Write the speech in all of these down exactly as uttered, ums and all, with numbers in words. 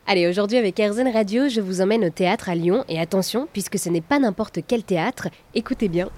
Allez, aujourd'hui avec R Z N Radio, je vous emmène au théâtre à Lyon. Et attention, puisque ce n'est pas n'importe quel théâtre, écoutez bien.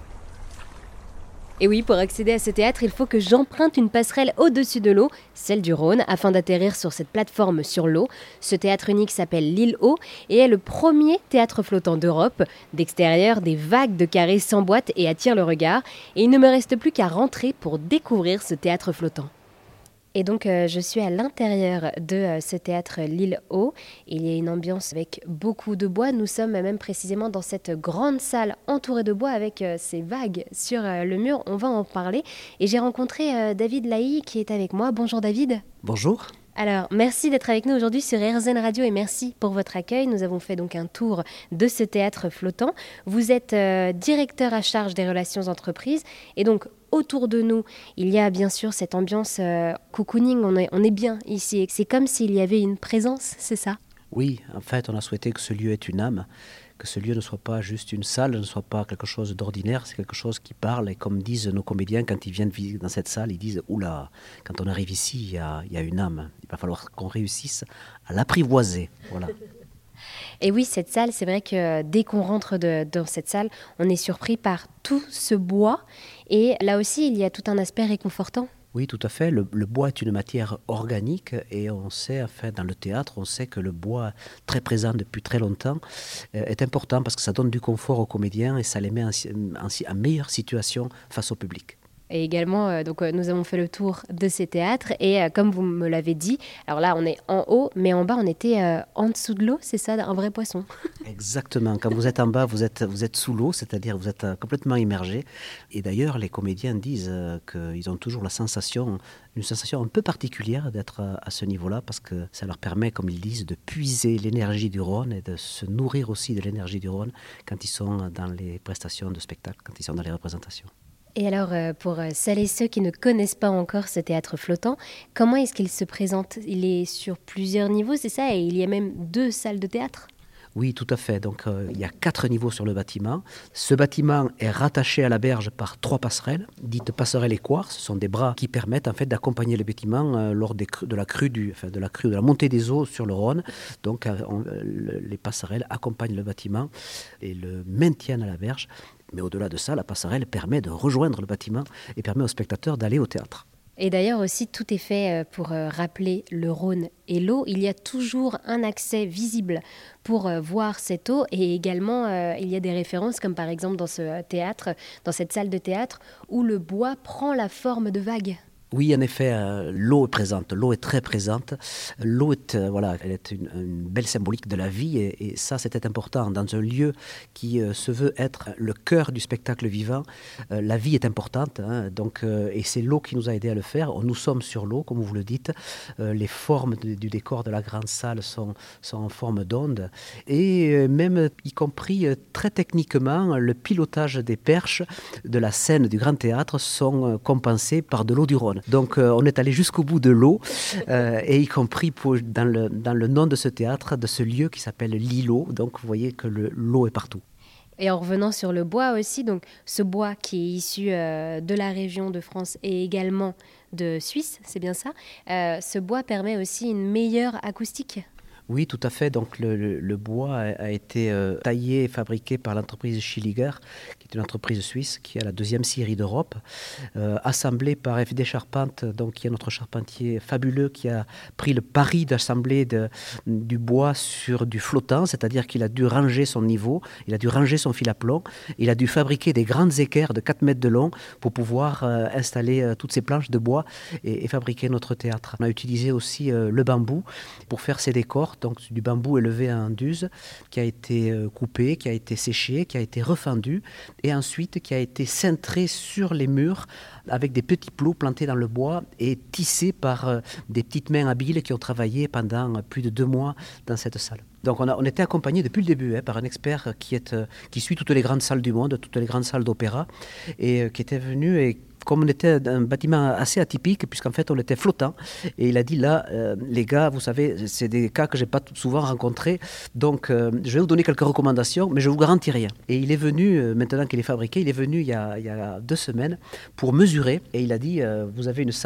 Et oui, pour accéder à ce théâtre, il faut que j'emprunte une passerelle au-dessus de l'eau, celle du Rhône, afin d'atterrir sur cette plateforme sur l'eau. Ce théâtre unique s'appelle l'Île Au et est le premier théâtre flottant d'Europe. D'extérieur, des vagues de carrés s'emboîtent et attirent le regard. Et il ne me reste plus qu'à rentrer pour découvrir ce théâtre flottant. Et donc, euh, je suis à l'intérieur de euh, ce théâtre l'Île Au. Il y a une ambiance avec beaucoup de bois. Nous sommes même précisément dans cette grande salle entourée de bois avec euh, ces vagues sur euh, le mur. On va en parler. Et j'ai rencontré euh, David Laï qui est avec moi. Bonjour David. Bonjour. Alors, merci d'être avec nous aujourd'hui sur R Z N Radio et merci pour votre accueil. Nous avons fait donc un tour de ce théâtre flottant. Vous êtes euh, directeur à charge des relations entreprises et donc autour de nous, il y a bien sûr cette ambiance euh, cocooning, on est, on est bien ici. C'est comme s'il y avait une présence, c'est ça ? Oui, en fait, on a souhaité que ce lieu ait une âme, que ce lieu ne soit pas juste une salle, ne soit pas quelque chose d'ordinaire, c'est quelque chose qui parle. Et comme disent nos comédiens, quand ils viennent visiter dans cette salle, ils disent « Oula, quand on arrive ici, il y a, il y a une âme. Il va falloir qu'on réussisse à l'apprivoiser. » Voilà. Et oui, cette salle, c'est vrai que dès qu'on rentre de, dans cette salle, on est surpris par tout ce bois. Et là aussi, il y a tout un aspect réconfortant. Oui, tout à fait. Le, le bois est une matière organique et on sait, enfin, dans le théâtre, on sait que le bois, très présent depuis très longtemps, euh, est important parce que ça donne du confort aux comédiens et ça les met en, en, en meilleure situation face au public. Et également, euh, donc, euh, nous avons fait le tour de ces théâtres et euh, comme vous me l'avez dit, alors là on est en haut, mais en bas on était euh, en dessous de l'eau, c'est ça, un vrai poisson. Exactement, quand vous êtes en bas, vous êtes, vous êtes sous l'eau, c'est-à-dire vous êtes euh, complètement immergé. Et d'ailleurs, les comédiens disent euh, qu'ils ont toujours la sensation, une sensation un peu particulière d'être à, à ce niveau-là parce que ça leur permet, comme ils disent, de puiser l'énergie du Rhône et de se nourrir aussi de l'énergie du Rhône quand ils sont dans les prestations de spectacle, quand ils sont dans les représentations. Et alors, pour celles et ceux qui ne connaissent pas encore ce théâtre flottant, comment est-ce qu'il se présente ? Il est sur plusieurs niveaux, c'est ça ? Et il y a même deux salles de théâtre ? Oui, tout à fait. Donc, euh, il y a quatre niveaux sur le bâtiment. Ce bâtiment est rattaché à la berge par trois passerelles, dites passerelles équarres. Ce sont des bras qui permettent en fait d'accompagner le bâtiment euh, lors des cru- de la crue du, enfin, de la crue de la montée des eaux sur le Rhône. Donc, euh, on, le, les passerelles accompagnent le bâtiment et le maintiennent à la berge. Mais au-delà de ça, la passerelle permet de rejoindre le bâtiment et permet aux spectateurs d'aller au théâtre. Et d'ailleurs aussi, tout est fait pour rappeler le Rhône et l'eau. Il y a toujours un accès visible pour voir cette eau. Et également, euh, il y a des références, comme par exemple dans ce théâtre, dans cette salle de théâtre, où le bois prend la forme de vagues. Oui, en effet, euh, l'eau est présente, l'eau est très présente. L'eau est, euh, voilà, elle est une, une belle symbolique de la vie et, et ça, c'était important. Dans un lieu qui euh, se veut être le cœur du spectacle vivant, euh, la vie est importante. Hein, donc, euh, et c'est l'eau qui nous a aidés à le faire. Nous sommes sur l'eau, comme vous le dites. Euh, les formes de, du décor de la grande salle sont, sont en forme d'onde. Et euh, même, y compris euh, très techniquement, le pilotage des perches de la scène du Grand Théâtre sont euh, compensés par de l'eau du Rhône. Donc euh, on est allé jusqu'au bout de l'eau, euh, et y compris pour, dans, le, dans le nom de ce théâtre, de ce lieu qui s'appelle l'Île Au. Donc vous voyez que le, l'eau est partout. Et en revenant sur le bois aussi, donc ce bois qui est issu euh, de la région de France et également de Suisse, c'est bien ça, euh, ce bois permet aussi une meilleure acoustique. Oui, tout à fait. Donc le, le, le bois a, a été euh, taillé et fabriqué par l'entreprise Schilliger, qui est une entreprise suisse qui a la deuxième scierie d'Europe, euh, assemblé par F D Charpente, donc qui est notre charpentier fabuleux, qui a pris le pari d'assembler de, du bois sur du flottant, c'est-à-dire qu'il a dû ranger son niveau, il a dû ranger son fil à plomb, il a dû fabriquer des grandes équerres de quatre mètres de long pour pouvoir euh, installer euh, toutes ces planches de bois et, et fabriquer notre théâtre. On a utilisé aussi euh, le bambou pour faire ces décors. Donc du bambou élevé à Anduze, qui a été coupé, qui a été séché, qui a été refendu, et ensuite qui a été cintré sur les murs avec des petits plots plantés dans le bois et tissés par des petites mains habiles qui ont travaillé pendant plus de deux mois dans cette salle. Donc on a on était accompagné depuis le début hein, par un expert qui, est, qui suit toutes les grandes salles du monde, toutes les grandes salles d'opéra, et qui était venu et comme on était un bâtiment assez atypique, puisqu'en fait on était flottant, et il a dit là, euh, les gars, vous savez, c'est des cas que j'ai pas souvent rencontrés, donc euh, je vais vous donner quelques recommandations, mais je vous garantis rien. Et il est venu, euh, maintenant qu'il est fabriqué, il est venu il y a, il y a deux semaines pour mesurer, et il a dit, euh, vous avez une salle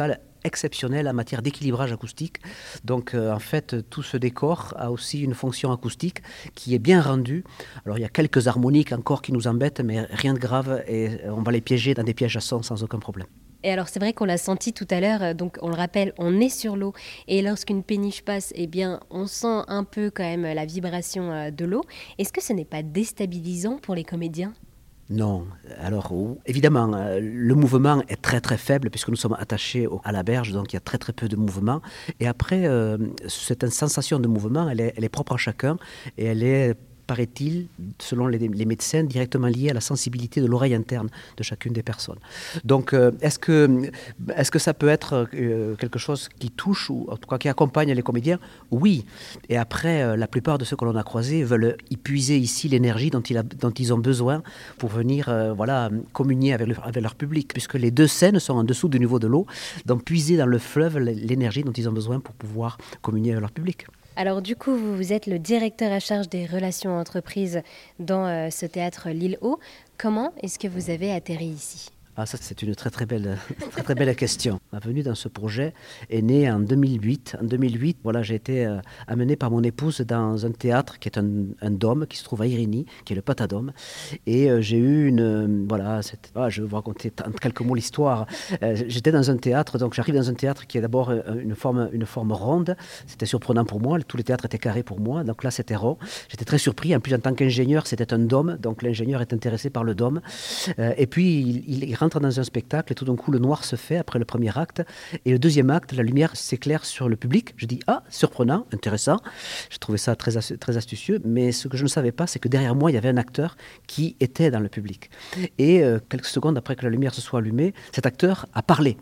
exceptionnel en matière d'équilibrage acoustique. Donc euh, en fait, tout ce décor a aussi une fonction acoustique qui est bien rendue. Alors il y a quelques harmoniques encore qui nous embêtent, mais rien de grave et on va les piéger dans des pièges à son sans aucun problème. Et alors c'est vrai qu'on l'a senti tout à l'heure, donc on le rappelle, on est sur l'eau et lorsqu'une péniche passe, eh bien on sent un peu quand même la vibration de l'eau. Est-ce que ce n'est pas déstabilisant pour les comédiens ? Non. Alors, évidemment, le mouvement est très très faible puisque nous sommes attachés à la berge, donc il y a très très peu de mouvement. Et après, euh, cette sensation de mouvement, elle est, elle est propre à chacun et elle est, paraît-il, selon les, les médecins, directement liée à la sensibilité de l'oreille interne de chacune des personnes. Donc, euh, est-ce que, est-ce que ça peut être euh, quelque chose qui touche, ou en tout cas qui accompagne les comédiens ? Oui. Et après, euh, la plupart de ceux que l'on a croisés veulent y puiser ici l'énergie dont, il a, dont ils ont besoin pour venir euh, voilà, communier avec, le, avec leur public, puisque les deux scènes sont en dessous du niveau de l'eau, donc puiser dans le fleuve l'énergie dont ils ont besoin pour pouvoir communier avec leur public. Alors du coup, vous, vous êtes le directeur à charge des relations entreprises dans euh, ce théâtre L'Île-Aux. Comment est-ce que vous avez atterri ici ? Ah, ça, c'est une très très belle, très, très belle question. Ma venue dans ce projet est née en deux mille huit. En deux mille huit, voilà, j'ai été euh, amené par mon épouse dans un théâtre qui est un, un dôme qui se trouve à Irigny, qui est le Patadome. Et euh, j'ai eu une... Euh, voilà, cette, ah, je vais vous raconter en quelques mots l'histoire. Euh, j'étais dans un théâtre, donc j'arrive dans un théâtre qui est d'abord une forme, une forme ronde. C'était surprenant pour moi, tous les théâtres étaient carrés pour moi. Donc là, c'était rond. J'étais très surpris. En plus, en tant qu'ingénieur, c'était un dôme. Donc l'ingénieur est intéressé par le dôme. Euh, et puis, il, il rentre dans un spectacle et tout d'un coup le noir se fait après le premier acte et le deuxième acte, la lumière s'éclaire sur le public. Je dis ah, surprenant, intéressant. Je trouvais ça très, très astucieux, mais ce que je ne savais pas, c'est que derrière moi il y avait un acteur qui était dans le public et euh, quelques secondes après que la lumière se soit allumée, cet acteur a parlé.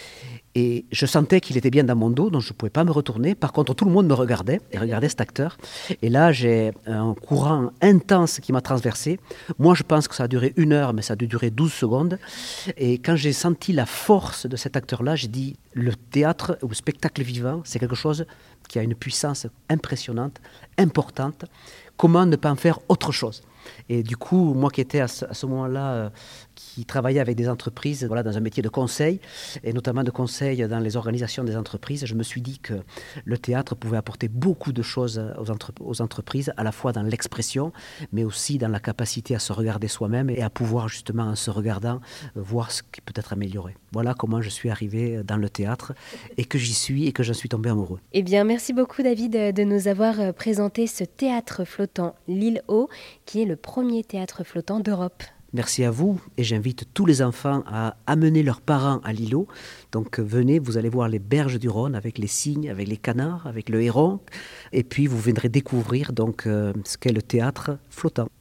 Et je sentais qu'il était bien dans mon dos, donc je ne pouvais pas me retourner. Par contre, tout le monde me regardait et regardait cet acteur. Et là, j'ai un courant intense qui m'a transversé. Moi, je pense que ça a duré une heure, mais ça a dû durer douze secondes. Et quand j'ai senti la force de cet acteur-là, j'ai dit, le théâtre ou le spectacle vivant, c'est quelque chose qui a une puissance impressionnante, importante. Comment ne pas en faire autre chose ? Et du coup, moi qui étais à ce, à ce moment-là, euh, qui travaillait avec des entreprises, voilà, dans un métier de conseil, et notamment de conseil dans les organisations des entreprises, je me suis dit que le théâtre pouvait apporter beaucoup de choses aux, entre, aux entreprises, à la fois dans l'expression, mais aussi dans la capacité à se regarder soi-même et à pouvoir justement, en se regardant, voir ce qui peut être amélioré. Voilà comment je suis arrivé dans le théâtre et que j'y suis et que j'en suis tombé amoureux. Eh bien, merci beaucoup David de nous avoir présenté ce théâtre flottant L'Île-Aux, qui est le premier théâtre flottant d'Europe. Merci à vous et j'invite tous les enfants à amener leurs parents à l'îlot. Donc venez, vous allez voir les berges du Rhône avec les cygnes, avec les canards, avec le héron et puis vous viendrez découvrir donc euh, ce qu'est le théâtre flottant.